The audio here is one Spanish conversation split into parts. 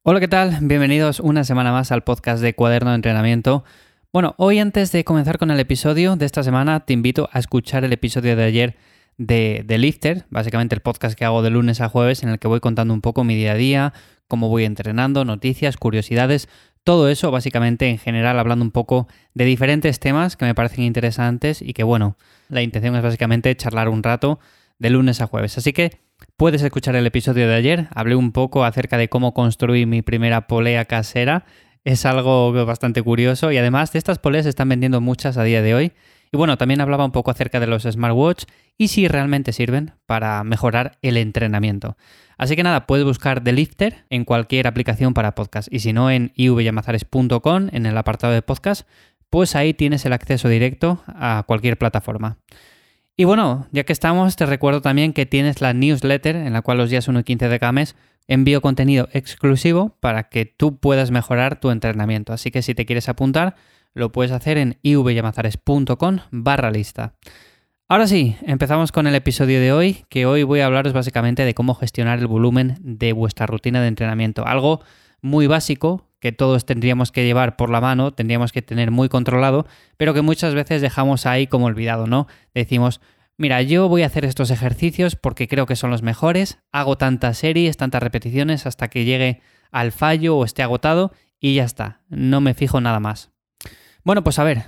Hola, ¿qué tal? Bienvenidos una semana más al podcast de Cuaderno de Entrenamiento. Bueno, hoy antes de comenzar con el episodio de esta semana, te invito a escuchar el episodio de ayer de Lifter, básicamente el podcast que hago de lunes a jueves en el que voy contando un poco mi día a día, cómo voy entrenando, noticias, curiosidades, todo eso básicamente en general hablando un poco de diferentes temas que me parecen interesantes y que bueno, la intención es básicamente charlar un rato de lunes a jueves. Así que puedes escuchar el episodio de ayer, hablé un poco acerca de cómo construí mi primera polea casera, es algo bastante curioso y además de estas poleas se están vendiendo muchas a día de hoy. Y bueno, también hablaba un poco acerca de los smartwatch y si realmente sirven para mejorar el entrenamiento. Así que nada, puedes buscar The Lifter en cualquier aplicación para podcast y si no en ivyamazares.com en el apartado de podcast, pues ahí tienes el acceso directo a cualquier plataforma. Y bueno, ya que estamos, te recuerdo también que tienes la newsletter en la cual los días 1 y 15 de cada mes envío contenido exclusivo para que tú puedas mejorar tu entrenamiento. Así que si te quieres apuntar, lo puedes hacer en ivyamazares.com/lista. Ahora sí, empezamos con el episodio de hoy, que hoy voy a hablaros básicamente de cómo gestionar el volumen de vuestra rutina de entrenamiento. Algo muy básico que todos tendríamos que llevar por la mano, tendríamos que tener muy controlado, pero que muchas veces dejamos ahí como olvidado, ¿no? Decimos, mira, yo voy a hacer estos ejercicios porque creo que son los mejores, hago tantas series, tantas repeticiones hasta que llegue al fallo o esté agotado y ya está, no me fijo nada más. Bueno, pues a ver,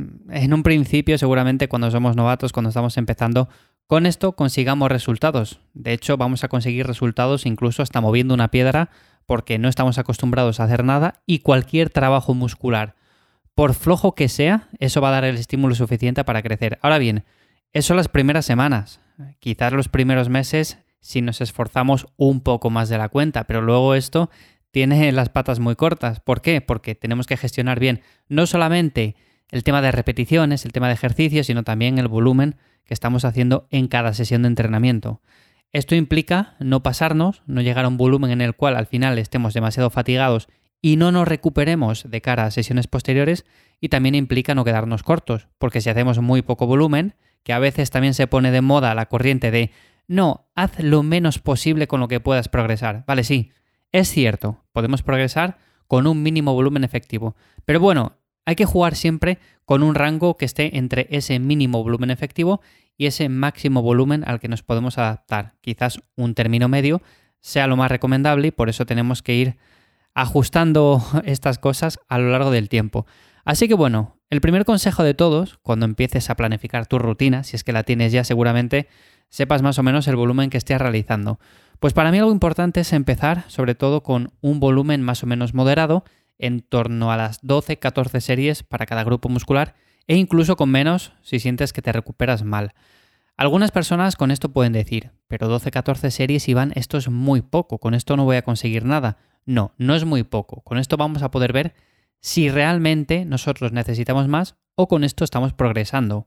en un principio seguramente cuando somos novatos, cuando estamos empezando, con esto consigamos resultados. De hecho, vamos a conseguir resultados incluso hasta moviendo una piedra porque no estamos acostumbrados a hacer nada y cualquier trabajo muscular, por flojo que sea, eso va a dar el estímulo suficiente para crecer. Ahora bien, eso las primeras semanas, quizás los primeros meses si nos esforzamos un poco más de la cuenta, pero luego esto tiene las patas muy cortas. ¿Por qué? Porque tenemos que gestionar bien no solamente el tema de repeticiones, el tema de ejercicios, sino también el volumen que estamos haciendo en cada sesión de entrenamiento. Esto implica no pasarnos, no llegar a un volumen en el cual al final estemos demasiado fatigados y no nos recuperemos de cara a sesiones posteriores y también implica no quedarnos cortos, porque si hacemos muy poco volumen, que a veces también se pone de moda la corriente de no, haz lo menos posible con lo que puedas progresar. Vale, sí, es cierto, podemos progresar con un mínimo volumen efectivo, pero bueno, hay que jugar siempre con un rango que esté entre ese mínimo volumen efectivo y ese máximo volumen al que nos podemos adaptar. Quizás un término medio sea lo más recomendable y por eso tenemos que ir ajustando estas cosas a lo largo del tiempo. Así que bueno, el primer consejo de todos, cuando empieces a planificar tu rutina, si es que la tienes ya seguramente, sepas más o menos el volumen que estés realizando. Pues para mí algo importante es empezar sobre todo con un volumen más o menos moderado, en torno a las 12-14 series para cada grupo muscular e incluso con menos si sientes que te recuperas mal. Algunas personas con esto pueden decir, pero 12-14 series, Iván, esto es muy poco, con esto no voy a conseguir nada. No, no es muy poco. Con esto vamos a poder ver si realmente nosotros necesitamos más o con esto estamos progresando.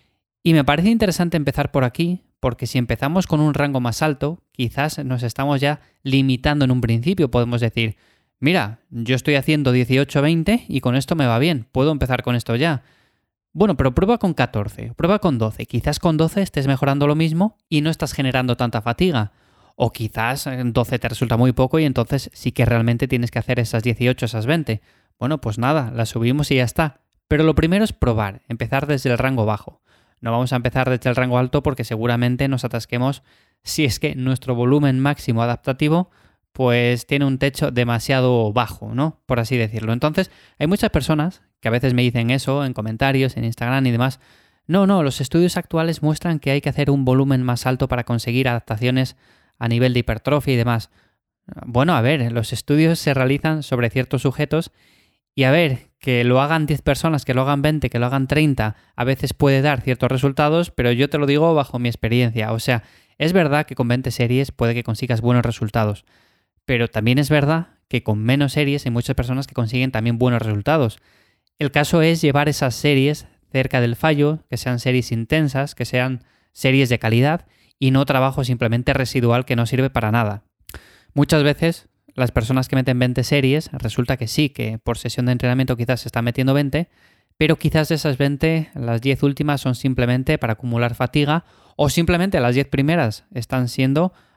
Y me parece interesante empezar por aquí, porque si empezamos con un rango más alto, quizás nos estamos ya limitando en un principio. Podemos decir, mira, yo estoy haciendo 18-20 y con esto me va bien, puedo empezar con esto ya. Bueno, pero prueba con 14, prueba con 12. Quizás con 12 estés mejorando lo mismo y no estás generando tanta fatiga. O quizás 12 te resulta muy poco y entonces sí que realmente tienes que hacer esas 18, esas 20. Bueno, pues nada, las subimos y ya está. Pero lo primero es probar, empezar desde el rango bajo. No vamos a empezar desde el rango alto porque seguramente nos atasquemos si es que nuestro volumen máximo adaptativo pues tiene un techo demasiado bajo, ¿no? Por así decirlo. Entonces, hay muchas personas que a veces me dicen eso en comentarios, en Instagram y demás. No, los estudios actuales muestran que hay que hacer un volumen más alto para conseguir adaptaciones a nivel de hipertrofia y demás. Bueno, a ver, los estudios se realizan sobre ciertos sujetos y a ver, que lo hagan 10 personas, que lo hagan 20, que lo hagan 30, a veces puede dar ciertos resultados, pero yo te lo digo bajo mi experiencia. O sea, es verdad que con 20 series puede que consigas buenos resultados. Pero también es verdad que con menos series hay muchas personas que consiguen también buenos resultados. El caso es llevar esas series cerca del fallo, que sean series intensas, que sean series de calidad y no trabajo simplemente residual que no sirve para nada. Muchas veces las personas que meten 20 series, resulta que sí, que por sesión de entrenamiento quizás se están metiendo 20, pero quizás de esas 20, las 10 últimas son simplemente para acumular fatiga o simplemente las 10 primeras están siendo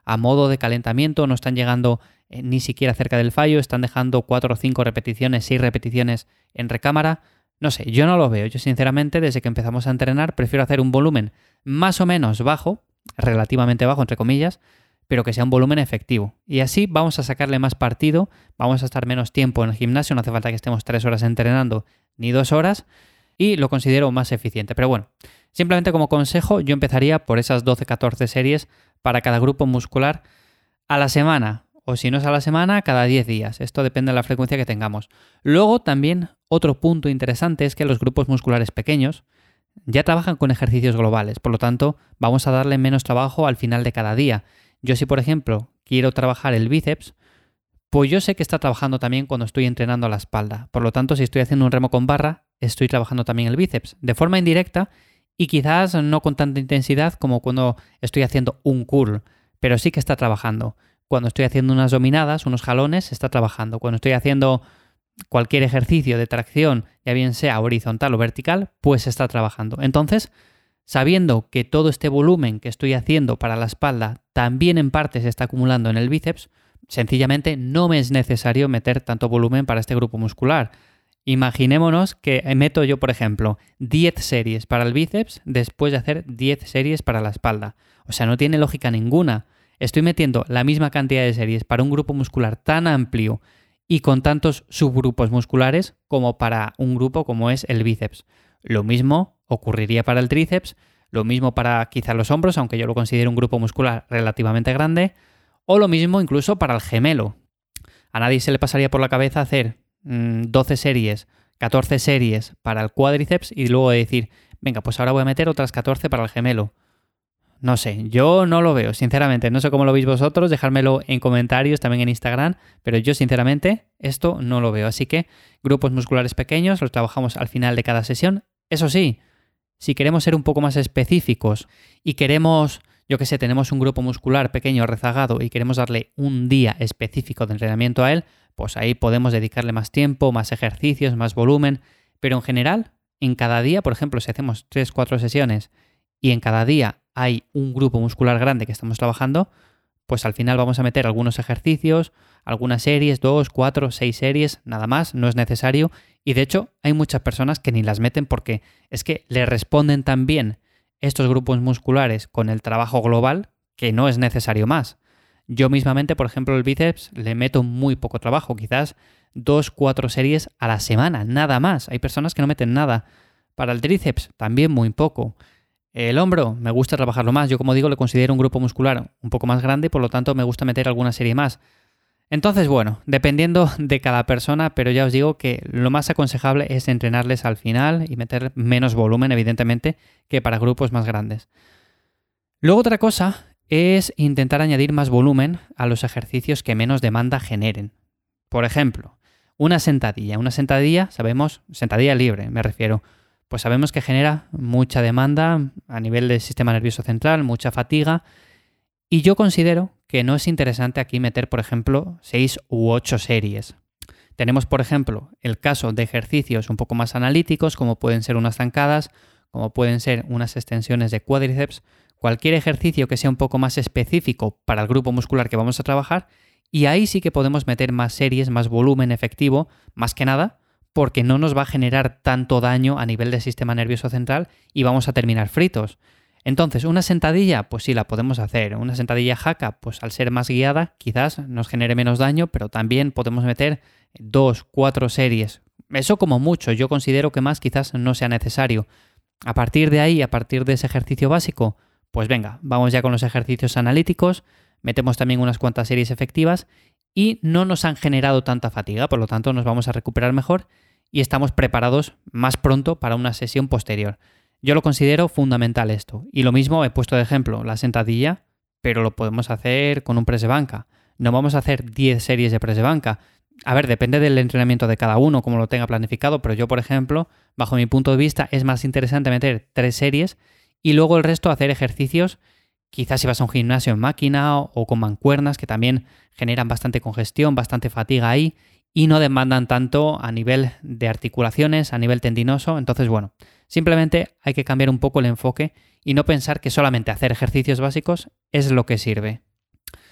a modo de calentamiento, no están llegando ni siquiera cerca del fallo, están dejando 4 o 5 repeticiones, 6 repeticiones en recámara. No sé, yo no lo veo. Yo sinceramente, desde que empezamos a entrenar, prefiero hacer un volumen más o menos bajo, relativamente bajo, entre comillas, pero que sea un volumen efectivo. Y así vamos a sacarle más partido, vamos a estar menos tiempo en el gimnasio, no hace falta que estemos 3 horas entrenando ni 2 horas, y lo considero más eficiente. Pero bueno, simplemente como consejo, yo empezaría por esas 12-14 series para cada grupo muscular a la semana, o si no es a la semana, cada 10 días. Esto depende de la frecuencia que tengamos. Luego también otro punto interesante es que los grupos musculares pequeños ya trabajan con ejercicios globales, por lo tanto vamos a darle menos trabajo al final de cada día. Yo si por ejemplo quiero trabajar el bíceps, pues yo sé que está trabajando también cuando estoy entrenando la espalda. Por lo tanto, si estoy haciendo un remo con barra, estoy trabajando también el bíceps de forma indirecta y quizás no con tanta intensidad como cuando estoy haciendo un curl, pero sí que está trabajando. Cuando estoy haciendo unas dominadas, unos jalones, está trabajando. Cuando estoy haciendo cualquier ejercicio de tracción, ya bien sea horizontal o vertical, pues está trabajando. Entonces, sabiendo que todo este volumen que estoy haciendo para la espalda también en parte se está acumulando en el bíceps, sencillamente no me es necesario meter tanto volumen para este grupo muscular. Imaginémonos que meto yo, por ejemplo, 10 series para el bíceps después de hacer 10 series para la espalda. O sea, no tiene lógica ninguna. Estoy metiendo la misma cantidad de series para un grupo muscular tan amplio y con tantos subgrupos musculares como para un grupo como es el bíceps. Lo mismo ocurriría para el tríceps, lo mismo para quizá los hombros, aunque yo lo considero un grupo muscular relativamente grande, o lo mismo incluso para el gemelo. A nadie se le pasaría por la cabeza hacer 12 series, 14 series para el cuádriceps y luego decir, venga, pues ahora voy a meter otras 14 para el gemelo. No sé, yo no lo veo, sinceramente. No sé cómo lo veis vosotros, dejármelo en comentarios, también en Instagram, pero yo sinceramente esto no lo veo. Así que grupos musculares pequeños los trabajamos al final de cada sesión. Eso sí, si queremos ser un poco más específicos y queremos, yo qué sé, tenemos un grupo muscular pequeño rezagado y queremos darle un día específico de entrenamiento a él, pues ahí podemos dedicarle más tiempo, más ejercicios, más volumen. Pero en general, en cada día, por ejemplo, si hacemos 3-4 sesiones y en cada día hay un grupo muscular grande que estamos trabajando, pues al final vamos a meter algunos ejercicios, algunas series, 2, 4, 6 series, nada más, no es necesario. Y de hecho hay muchas personas que ni las meten porque es que le responden tan bien estos grupos musculares con el trabajo global que no es necesario más. Yo mismamente, por ejemplo, el bíceps le meto muy poco trabajo, quizás 2-4 series a la semana, nada más. Hay personas que no meten nada. Para el tríceps también muy poco. El hombro, me gusta trabajarlo más. Yo, como digo, le considero un grupo muscular un poco más grande, por lo tanto me gusta meter alguna serie más. Entonces, bueno, dependiendo de cada persona, pero ya os digo que lo más aconsejable es entrenarles al final y meter menos volumen, evidentemente, que para grupos más grandes. Luego otra cosa es intentar añadir más volumen a los ejercicios que menos demanda generen. Por ejemplo, una sentadilla. Una sentadilla, sabemos, sentadilla libre me refiero, pues sabemos que genera mucha demanda a nivel del sistema nervioso central, mucha fatiga, y yo considero que no es interesante aquí meter, por ejemplo, 6 u 8 series. Tenemos, por ejemplo, el caso de ejercicios un poco más analíticos, como pueden ser unas zancadas, como pueden ser unas extensiones de cuádriceps, cualquier ejercicio que sea un poco más específico para el grupo muscular que vamos a trabajar, y ahí sí que podemos meter más series, más volumen efectivo, más que nada, porque no nos va a generar tanto daño a nivel del sistema nervioso central y vamos a terminar fritos. Entonces, ¿una sentadilla? Pues sí, la podemos hacer. Una sentadilla haka, pues al ser más guiada, quizás nos genere menos daño, pero también podemos meter 2-4 series. Eso como mucho, yo considero que más quizás no sea necesario. A partir de ahí, a partir de ese ejercicio básico, pues venga, vamos ya con los ejercicios analíticos, metemos también unas cuantas series efectivas y no nos han generado tanta fatiga, por lo tanto nos vamos a recuperar mejor y estamos preparados más pronto para una sesión posterior. Yo lo considero fundamental esto. Y lo mismo he puesto de ejemplo la sentadilla, pero lo podemos hacer con un press de banca. No vamos a hacer 10 series de press de banca. A ver, depende del entrenamiento de cada uno, como lo tenga planificado, pero yo, por ejemplo, bajo mi punto de vista, es más interesante meter 3 series y luego el resto hacer ejercicios, quizás si vas a un gimnasio en máquina o con mancuernas, que también generan bastante congestión, bastante fatiga ahí y no demandan tanto a nivel de articulaciones, a nivel tendinoso. Entonces, bueno, simplemente hay que cambiar un poco el enfoque y no pensar que solamente hacer ejercicios básicos es lo que sirve.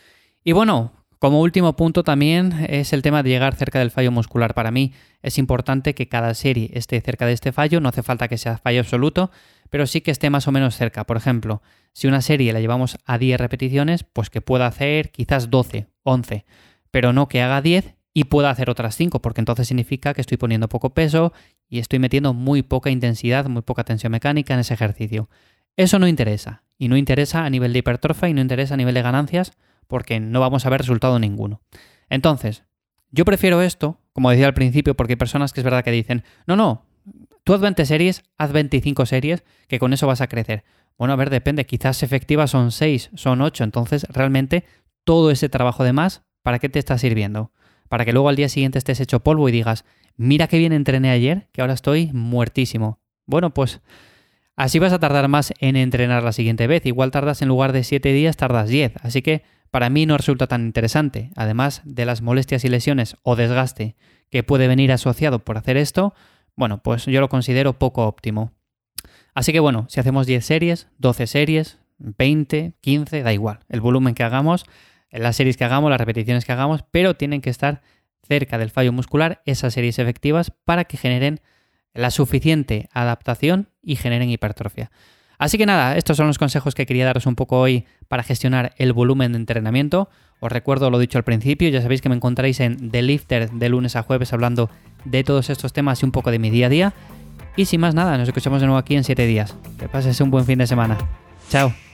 Y bueno, como último punto también es el tema de llegar cerca del fallo muscular. Para mí es importante que cada serie esté cerca de este fallo, no hace falta que sea fallo absoluto, pero sí que esté más o menos cerca. Por ejemplo, si una serie la llevamos a 10 repeticiones, pues que pueda hacer quizás 12, 11, pero no que haga 10 y pueda hacer otras 5, porque entonces significa que estoy poniendo poco peso y estoy metiendo muy poca intensidad, muy poca tensión mecánica en ese ejercicio. Eso no interesa, y no interesa a nivel de hipertrofia y no interesa a nivel de ganancias, porque no vamos a ver resultado ninguno. Entonces, yo prefiero esto, como decía al principio, porque hay personas que es verdad que dicen, no, tú haz 20 series, haz 25 series, que con eso vas a crecer. Bueno, a ver, depende, quizás efectivas son 6, son 8, entonces realmente todo ese trabajo de más, ¿para qué te está sirviendo? Para que luego al día siguiente estés hecho polvo y digas, mira qué bien entrené ayer, que ahora estoy muertísimo. Bueno, pues así vas a tardar más en entrenar la siguiente vez. Igual tardas en lugar de 7 días, tardas 10. Así que para mí no resulta tan interesante. Además de las molestias y lesiones o desgaste que puede venir asociado por hacer esto, bueno, pues yo lo considero poco óptimo. Así que bueno, si hacemos 10 series, 12 series, 20, 15, da igual. El volumen que hagamos, las series que hagamos, las repeticiones que hagamos, pero tienen que estar cerca del fallo muscular esas series efectivas para que generen la suficiente adaptación y generen hipertrofia. Así que nada, estos son los consejos que quería daros un poco hoy para gestionar el volumen de entrenamiento. Os recuerdo lo dicho al principio, ya sabéis que me encontráis en The Lifter de lunes a jueves hablando de todos estos temas y un poco de mi día a día. Y sin más nada, nos escuchamos de nuevo aquí en 7 días. Que pases un buen fin de semana. Chao.